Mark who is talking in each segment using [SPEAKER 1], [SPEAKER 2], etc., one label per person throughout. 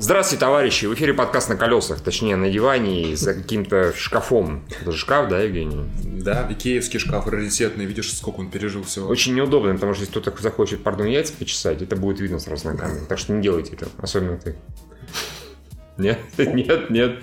[SPEAKER 1] Здравствуйте, товарищи! В эфире подкаст «На колесах», точнее, на диване за каким-то шкафом. Это же шкаф, да, Евгений?
[SPEAKER 2] Да, икеевский шкаф, раритетный. Видишь, сколько он пережил всего.
[SPEAKER 1] Очень неудобно, потому что если кто-то захочет, яйца почесать, это будет видно сразу на камере. Так что не делайте это, особенно ты. Нет. Ты меня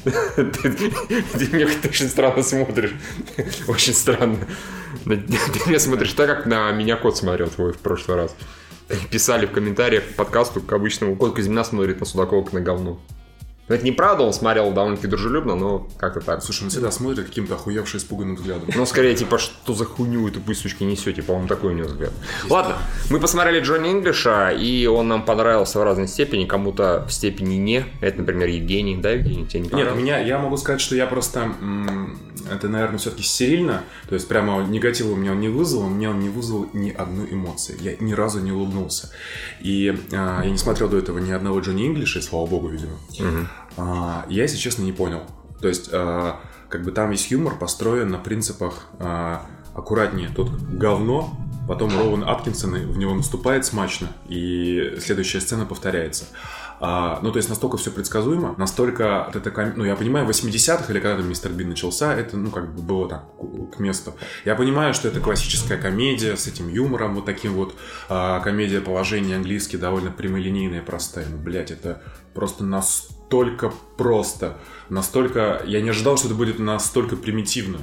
[SPEAKER 1] как-то очень странно смотришь. Очень странно. Ты меня смотришь так, как на меня кот смотрел твой в прошлый раз. Писали в комментариях к подкасту, к обычному. Кот Кузьмина смотрит на Судакова как на говно. Это неправда, он смотрел довольно-таки дружелюбно, но как-то так.
[SPEAKER 2] Слушай, он всегда смотрит каким-то охуевшим, испуганным взглядом.
[SPEAKER 1] Ну, скорее, типа, что за хуйню вы тупые сучки несете, по-моему, такой у него взгляд. Ладно, мы посмотрели Джонни Инглиша, и он нам понравился в разной степени, кому-то в степени не. Это, например, Евгений, да, Евгений, тебе не понравился?
[SPEAKER 2] Нет, я могу сказать, что я просто... Это, наверное, все-таки стерильно. То есть, прямо негатива у меня он не вызвал, ни одной эмоции. Я ни разу не улыбнулся. И я не смотрел до этого ни одного Джонни Инглиша, и слава богу, видимо. Я, если честно, не понял. То есть, как бы там весь юмор построен на принципах аккуратнее. Тут говно, потом Роуэн Аткинсон в него наступает смачно, и следующая сцена повторяется. Ну, то есть, настолько все предсказуемо, настолько... я понимаю, в 80-х, или когда там Мистер Бин начался, это, как бы было так, к месту. Я понимаю, что это классическая комедия с этим юмором, вот таким вот. Комедия положения английский, довольно прямолинейная, простая. Блять, это просто настолько просто. Настолько... Я не ожидал, что это будет настолько примитивно.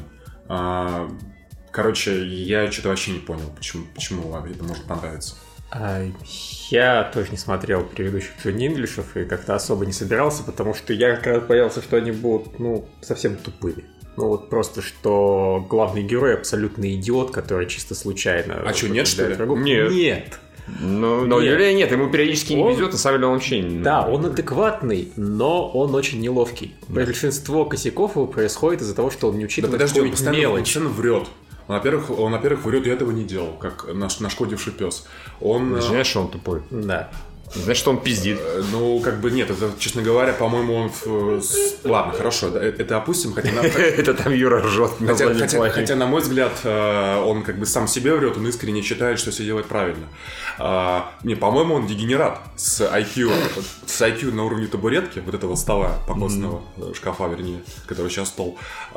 [SPEAKER 2] Короче, я что-то вообще не понял, почему это может понравиться.
[SPEAKER 3] Я тоже не смотрел предыдущих Джонни Инглишев и как-то особо не собирался, потому что я как раз боялся, что они будут, совсем тупыми. Просто, что главный герой абсолютно идиот, который чисто случайно...
[SPEAKER 2] А что, нет, что ли?
[SPEAKER 3] Нет.
[SPEAKER 1] Нет, ему периодически не везет, на самом деле он вообще...
[SPEAKER 3] Да, он адекватный, но он очень неловкий. Да. Большинство косяков его происходит из-за того, что он не учитывает какую-нибудь мелочь.
[SPEAKER 2] Он постоянно врет. Он, во-первых, врет, я этого не делал, как нашкодивший пес.
[SPEAKER 1] Знаешь, что он тупой?
[SPEAKER 3] Да.
[SPEAKER 1] Значит, он пиздит.
[SPEAKER 2] Нет, это, честно говоря, по-моему, он... Ладно, хорошо, это опустим, хотя...
[SPEAKER 1] Это там Юра ржет.
[SPEAKER 2] Хотя, на мой взгляд, он как бы сам себе врет, он искренне считает, что все делает правильно. По-моему, он дегенерат с IQ на уровне табуретки, вот этого стола, покосного шкафа, вернее, который сейчас стол.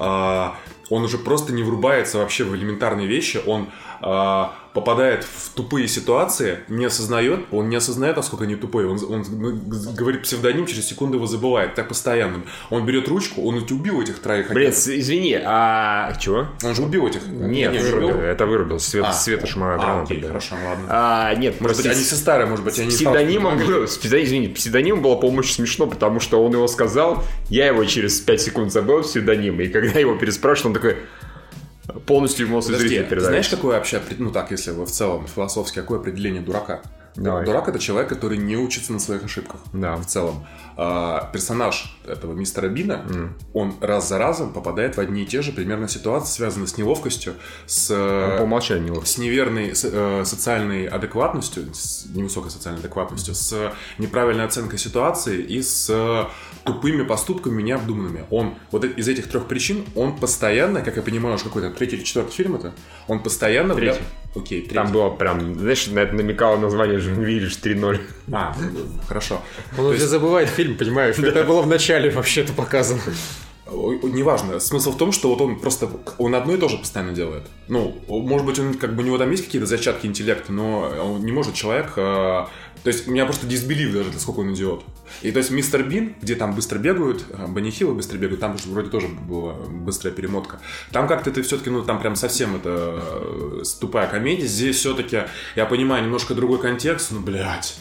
[SPEAKER 2] Он уже просто не врубается вообще в элементарные вещи, он попадает в тупые ситуации, он не осознает, насколько они тупые, он говорит псевдоним, через секунду его забывает, так постоянно. Он берет ручку, он убил этих троих.
[SPEAKER 1] Блин, извини, чего?
[SPEAKER 2] Он же убил этих.
[SPEAKER 1] Нет, это вырубил, Светош моя граната.
[SPEAKER 2] Окей, хорошо, ладно.
[SPEAKER 1] Нет,
[SPEAKER 2] может быть, они все старые, может быть, они не
[SPEAKER 1] псевдонимом было, по-моему, очень смешно, потому что он его сказал, я его через 5 секунд забыл псевдоним, и когда его переспрашивал, он такой... Полностью эмоции зрителя передает.
[SPEAKER 2] Знаешь, какое вообще, если в целом философски, какое определение дурака?
[SPEAKER 1] Давай.
[SPEAKER 2] Дурак — это человек, который не учится на своих ошибках.
[SPEAKER 1] Да.
[SPEAKER 2] В целом. Персонаж этого мистера Бина, он раз за разом попадает в одни и те же примерно ситуации, связанные с неловкостью,
[SPEAKER 1] по умолчанию неловкость.
[SPEAKER 2] С неверной социальной адекватностью, с невысокой социальной адекватностью, с неправильной оценкой ситуации и с тупыми поступками необдуманными. Он вот из этих трех причин, он постоянно, как я понимаю, уже какой-то 3-й или 4-й фильм это, он постоянно...
[SPEAKER 1] Третий.
[SPEAKER 2] Окей, 3-й.
[SPEAKER 1] Там было прям, знаешь, на это намекало название Виллидж 3.0.
[SPEAKER 2] Хорошо.
[SPEAKER 3] Он уже забывает фильм, понимаешь? Это было в начале вообще-то показано.
[SPEAKER 2] Неважно. Смысл в том, что он одно и то же постоянно делает. Может быть, у него там есть какие-то зачатки интеллекта, но он не может человек... То есть, у меня просто дисбелив даже, насколько он идиот. И то есть, Мистер Бин, где там быстро бегают, Бенни Хилл быстро бегают, там же вроде тоже была быстрая перемотка. Там как-то это все-таки, там прям совсем это тупая комедия. Здесь все-таки, я понимаю, немножко другой контекст, блядь.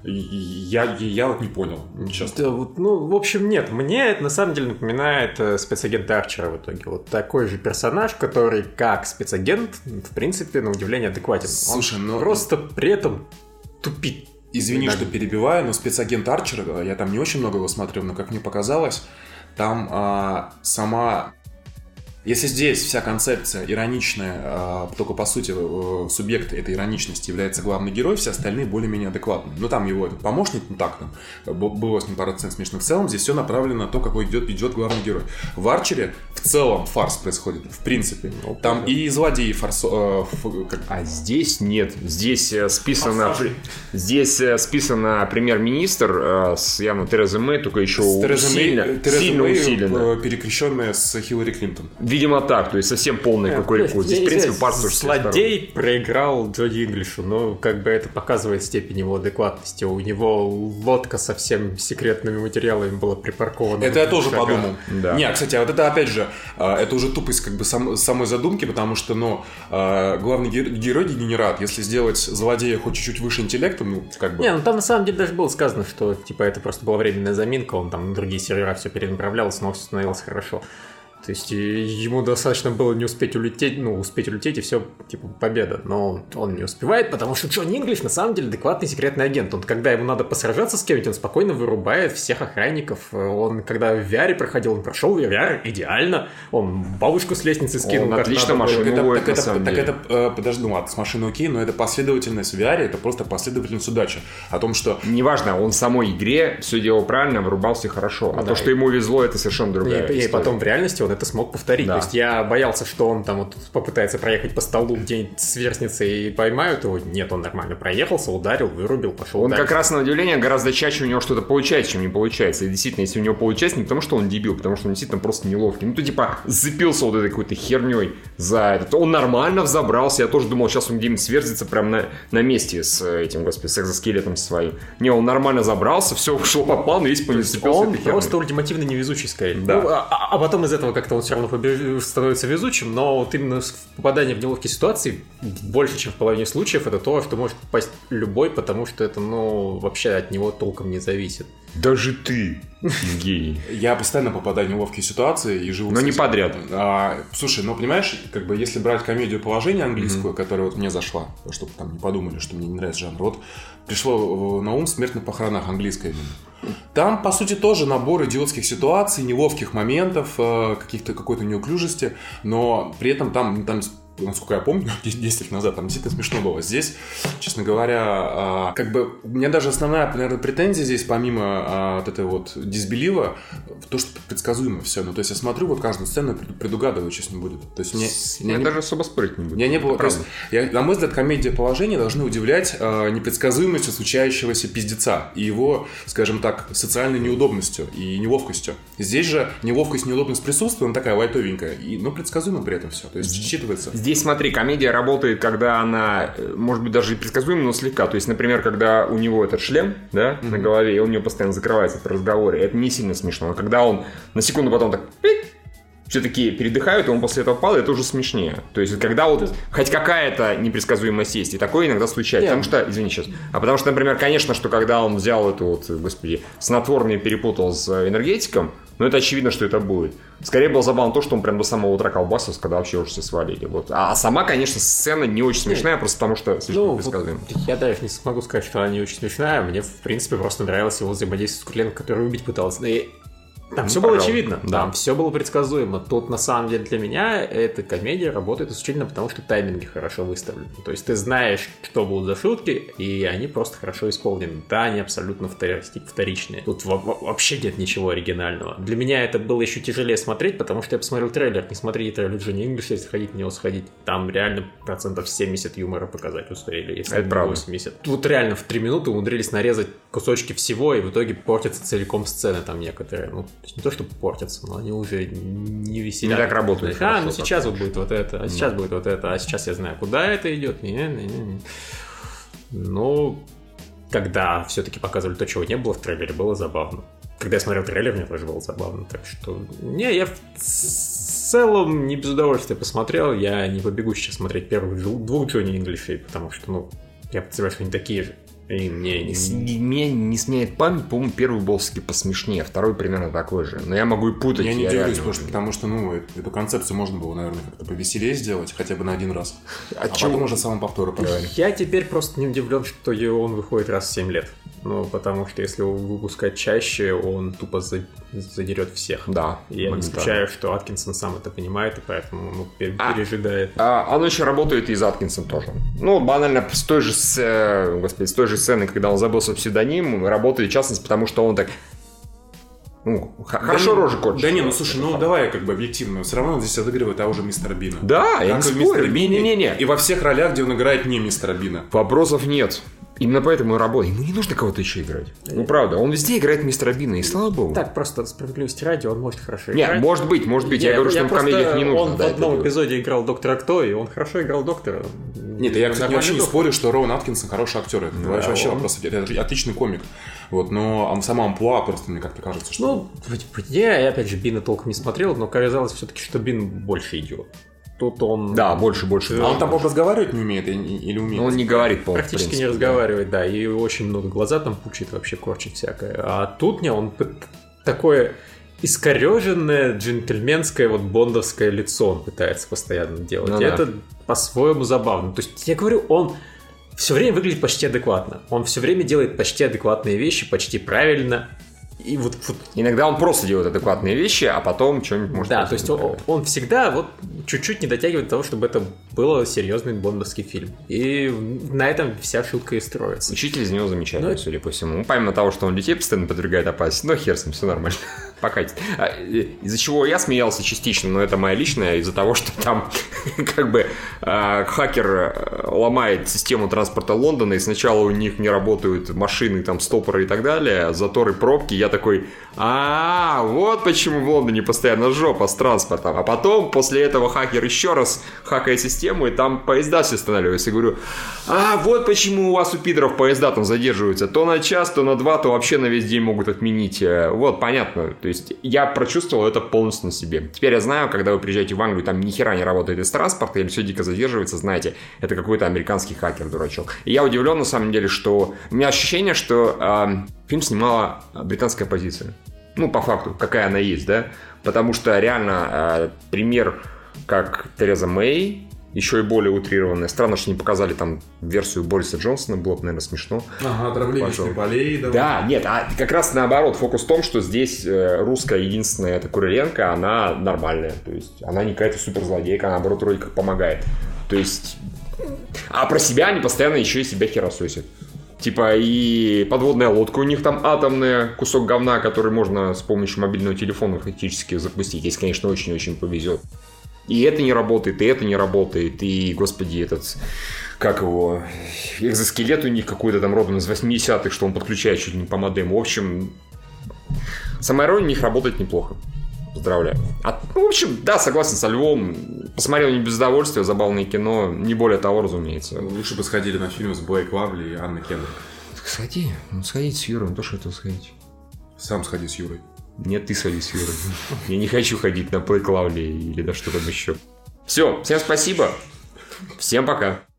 [SPEAKER 2] Я вот не понял, честно.
[SPEAKER 3] Да, в общем, нет. Мне это на самом деле напоминает спецагента Арчера в итоге. Вот такой же персонаж, который как спецагент, в принципе, на удивление адекватен.
[SPEAKER 2] Слушай,
[SPEAKER 3] просто при этом тупит.
[SPEAKER 2] Извини, что перебиваю, но спецагент Арчер, я там не очень много его смотрел, но как мне показалось, там сама Если здесь вся концепция ироничная, только по сути субъект этой ироничности является главный герой, все остальные более-менее адекватные. Ну там его этот помощник, ну так там, было с ним пару сцен смешных. В целом здесь все направлено на то, какой идет главный герой. В Арчере в целом фарс происходит, в принципе. Там и злодеи
[SPEAKER 1] А здесь нет. Здесь списано премьер-министр с явно Терезой Мэй, только еще сильно усиленно.
[SPEAKER 2] Перекрещенная с Хиллари Клинтон.
[SPEAKER 1] Видимо так, то есть совсем полный кукурику. Здесь, в принципе, парс тоже
[SPEAKER 3] злодей проиграл Джоди Инглишу, но как бы это показывает степень его адекватности. У него лодка со всем секретными материалами была припаркована.
[SPEAKER 2] Это я тоже подумал.
[SPEAKER 1] Да.
[SPEAKER 2] Не, кстати, а вот это опять же, это уже тупость как бы самой задумки, потому что, главный герой дегенерат. Если сделать злодея хоть чуть-чуть выше интеллектом, ну, как бы...
[SPEAKER 3] Не, ну там на самом деле даже было сказано, что, типа, это просто была временная заминка, он там на другие сервера все перенаправлял, снова все становилось хорошо. То есть ему достаточно было не успеть улететь, и все, типа, победа. Но он не успевает, потому что Джонни Инглиш на самом деле адекватный секретный агент. Он, когда ему надо посражаться с кем-нибудь, он спокойно вырубает всех охранников. Он, когда в VR проходил, он прошел VR идеально. Он бабушку с лестницы скинул.
[SPEAKER 1] Он отлично машину водит, на самом деле.
[SPEAKER 2] Подожди, ладно, с машиной окей, но это последовательность в VR, это просто последовательность удачи. О том, что...
[SPEAKER 1] Неважно, он в самой игре все делал правильно, вырубался хорошо. А то, что ему везло, это совершенно другая история.
[SPEAKER 3] И потом в реальности он это смог повторить. Да. То есть я боялся, что он там вот попытается проехать по столу где-нибудь с верстницей и поймают его. Нет, он нормально проехался, ударил, вырубил, пошел
[SPEAKER 1] он
[SPEAKER 3] дальше.
[SPEAKER 1] Как раз, на удивление, гораздо чаще у него что-то получается, чем не получается. И действительно, если у него получается, не потому что он дебил, потому что он действительно просто неловкий. Ну, ты типа зацепился вот этой какой-то херней за этот. Он нормально взобрался. Я тоже думал, сейчас он где-нибудь сверзится прямо на месте с этим, господи, с экзоскелетом своим. Не, он нормально забрался, все шло по плану, весь по нему зацепился.
[SPEAKER 3] Он просто ультимативно невезучий, скорее.
[SPEAKER 1] Да.
[SPEAKER 3] Ну, а потом из этого как-то он все равно становится везучим, но вот именно попадание в неловкие ситуации больше, чем в половине случаев, это то, что может попасть любой, потому что это, вообще от него толком не зависит.
[SPEAKER 1] Даже ты, гений.
[SPEAKER 2] Я постоянно попадаю в неловкие ситуации и живу...
[SPEAKER 1] Но не подряд.
[SPEAKER 2] Слушай, понимаешь, как бы если брать комедию положения английскую, которая вот мне зашла, чтобы там не подумали, что мне не нравится жанр, вот пришло на ум «Смерть на похоронах», английская именно. Там, по сути, тоже набор идиотских ситуаций, неловких моментов, какой-то неуклюжести, но при этом там насколько я помню, 10 лет назад, там действительно смешно было. Здесь, честно говоря, как бы у меня даже основная, наверное, претензия здесь, помимо вот этой вот дисбелива, то, что предсказуемо все. Ну, то есть я смотрю вот каждую сцену и предугадываю, что с ним будет. То есть
[SPEAKER 1] я даже особо спорить не буду.
[SPEAKER 2] У меня не было... на мой взгляд, комедия положения должны удивлять непредсказуемостью случающегося пиздеца и его, скажем так, социальной неудобностью и неловкостью. Здесь же неловкость, неудобность присутствует, она такая лайтовенькая, но предсказуемо при этом все. То есть считывается.
[SPEAKER 1] Здесь, смотри, комедия работает, когда она, может быть, даже и предсказуема, но слегка. То есть, например, когда у него этот шлем, да, на голове, и он у него постоянно закрывается при разговоре, это не сильно смешно. Но когда он на секунду потом так... все такие передыхают, и он после этого падает, это уже смешнее. То есть, когда вот хоть какая-то непредсказуемость есть, и такое иногда случается. Потому что, извини сейчас, потому что, например, конечно, что когда он взял эту вот, господи, снотворное перепутал с энергетиком, но это очевидно, что это будет. Скорее было забавно то, что он прям до самого утра колбасился, когда вообще уже все свалили. Вот. А сама, конечно, сцена не очень смешная, просто потому что слишком предсказуема.
[SPEAKER 3] Я даже не смогу сказать, что она не очень смешная. Мне, в принципе, просто нравилось его взаимодействие с Курленко, который убить пытался. Там все было очевидно, да. Там все было предсказуемо. Тут, на самом деле, для меня эта комедия работает исключительно потому, что тайминги хорошо выставлены. То есть ты знаешь, что будут за шутки, и они просто хорошо исполнены. Да, они абсолютно вторичные. Тут вообще нет ничего оригинального. Для меня это было еще тяжелее смотреть, потому что я посмотрел трейлер. Не смотрите трейлер Джонни Инглиша, если хотите в него сходить. Там реально 70% юмора показать успели, если
[SPEAKER 1] это правда.
[SPEAKER 3] 80. Тут реально в 3 минуты умудрились нарезать кусочки всего, и в итоге портятся целиком сцены там некоторые. То есть не то, что портятся, но они уже не веселят.
[SPEAKER 1] Не так работают.
[SPEAKER 3] Сейчас вот будет вот это, сейчас будет вот это, а сейчас я знаю, куда это идет. Ну, когда все-таки показывали то, чего не было в трейлере, было забавно. Когда я смотрел трейлер, мне тоже было забавно. Так что, я в целом не без удовольствия посмотрел. Я не побегу сейчас смотреть первых 2 Джонни Инглишей, потому что, я подозреваю, что они такие же. И меня
[SPEAKER 1] не сменяет память, по-моему, первый был все-таки посмешнее, второй примерно такой же. Но я могу и путать.
[SPEAKER 2] Я не удивлюсь, потому что, эту концепцию можно было, наверное, как-то повеселее сделать, хотя бы на один раз. А потом уже самым повтором поговорим.
[SPEAKER 3] Я теперь просто не удивлен, что он выходит раз в 7 лет. Ну, потому что если его выпускать чаще, он тупо задерет всех.
[SPEAKER 1] Да.
[SPEAKER 3] И я не исключаю, что Аткинсон сам это понимает, и поэтому пережидает.
[SPEAKER 1] Он еще работает и за Аткинсон тоже. Ну, банально, с той же сцены, когда он забыл свой псевдоним, работает, в частности, потому что он так... хорошо рожи корчит.
[SPEAKER 2] Да не, ну слушай, давай как бы объективно. Все равно он здесь отыгрывает того же мистера Бина.
[SPEAKER 1] Да, я не спорю. Не.
[SPEAKER 2] И во всех ролях, где он играет не мистера Бина.
[SPEAKER 1] Вопросов нет. Именно поэтому и работает. Ему не нужно кого-то еще играть. Ну, правда, он везде играет мистера Бина, и слава богу.
[SPEAKER 3] Так, просто справедливости ради, он может хорошо играть.
[SPEAKER 1] Нет, может быть. Я говорю, что в комедиях не нужно.
[SPEAKER 3] Он в одном эпизоде играл доктора Кто, и он хорошо играл доктора.
[SPEAKER 2] Нет, я, кстати, вообще не спорю, что Роуэн Аткинсон хороший актер. Это вообще вопрос. Это отличный комик. Вот, но сама амплуа просто, мне как-то кажется, что...
[SPEAKER 3] Я, опять же, Бина толком не смотрел, но казалось все-таки, что Бин больше идиот. Тут он...
[SPEAKER 1] Да, больше.
[SPEAKER 2] А он там разговаривать не умеет или умеет?
[SPEAKER 1] Он не говорит, по-моему,
[SPEAKER 3] практически не разговаривает, да. И очень много глаза там пучит, вообще корчит всякое. А тут он такое искореженное, джентльменское, бондовское лицо он пытается постоянно делать.
[SPEAKER 1] Ну,
[SPEAKER 3] и это по-своему забавно. То есть, я говорю, он все время выглядит почти адекватно. Он все время делает почти адекватные вещи, почти правильно. И
[SPEAKER 1] иногда он просто делает адекватные вещи, а потом что-нибудь может...
[SPEAKER 3] Да, то есть он всегда чуть-чуть не дотягивает до того, чтобы это был серьезный бондовский фильм. И на этом вся шутка и строится.
[SPEAKER 1] Учитель из него замечательный, судя по всему. Помимо того, что он детей постоянно подвергает опасности, но хер с ним, все нормально. Покатит. Из-за чего я смеялся частично, но это моя личная, из-за того, что там хакер ломает систему транспорта Лондона, и сначала у них не работают машины, там, стопоры и так далее, заторы, пробки. Я такой, вот почему в Лондоне постоянно жопа с транспортом. А потом, после этого, хакер еще раз хакает систему, и там поезда все останавливаются. И говорю, вот почему у вас у пидоров поезда там задерживаются. То на час, то на два, то вообще на весь день могут отменить. Вот, понятно. То есть, я прочувствовал это полностью на себе. Теперь я знаю, когда вы приезжаете в Англию, там ни хера не работает из транспорта, или все дико задерживается, знаете, это какой-то американский хакер, дурачок. И я удивлен, на самом деле, что... У меня ощущение, что фильм снимала британская оппозиция. Ну, по факту, какая она есть, да? Потому что реально пример, как Тереза Мэй, еще и более утрированная. Странно, что не показали там версию Бориса Джонсона, было бы, наверное, смешно.
[SPEAKER 2] Отравление полей.
[SPEAKER 1] Да, нет, как раз наоборот. Фокус в том, что здесь русская единственная, это Куриленко, она нормальная. То есть она не какая-то суперзлодейка, она, наоборот, вроде как помогает. То есть... А про себя они постоянно еще и себя херососят. Типа и подводная лодка у них там атомная, кусок говна, который можно с помощью мобильного телефона фактически запустить, если, конечно, очень-очень повезет. И это не работает, и это не работает, и, господи, экзоскелет у них какой-то там родом из 80-х, что он подключает чуть ли не по модему. В общем, самоирония у них работает неплохо. Поздравляю. В общем, да, согласен со Львом. Посмотрел не без удовольствия, забавное кино. Не более того, разумеется.
[SPEAKER 2] Лучше бы сходили на фильм с Блейк Лавли и Анной Кендрик.
[SPEAKER 1] Сходи с Юрой, то что это сходить.
[SPEAKER 2] Сам сходи с Юрой.
[SPEAKER 1] Нет, ты сходи с Юрой. Я не хочу ходить на Блейк Лавли или на что-то еще. Все, всем спасибо. Всем пока.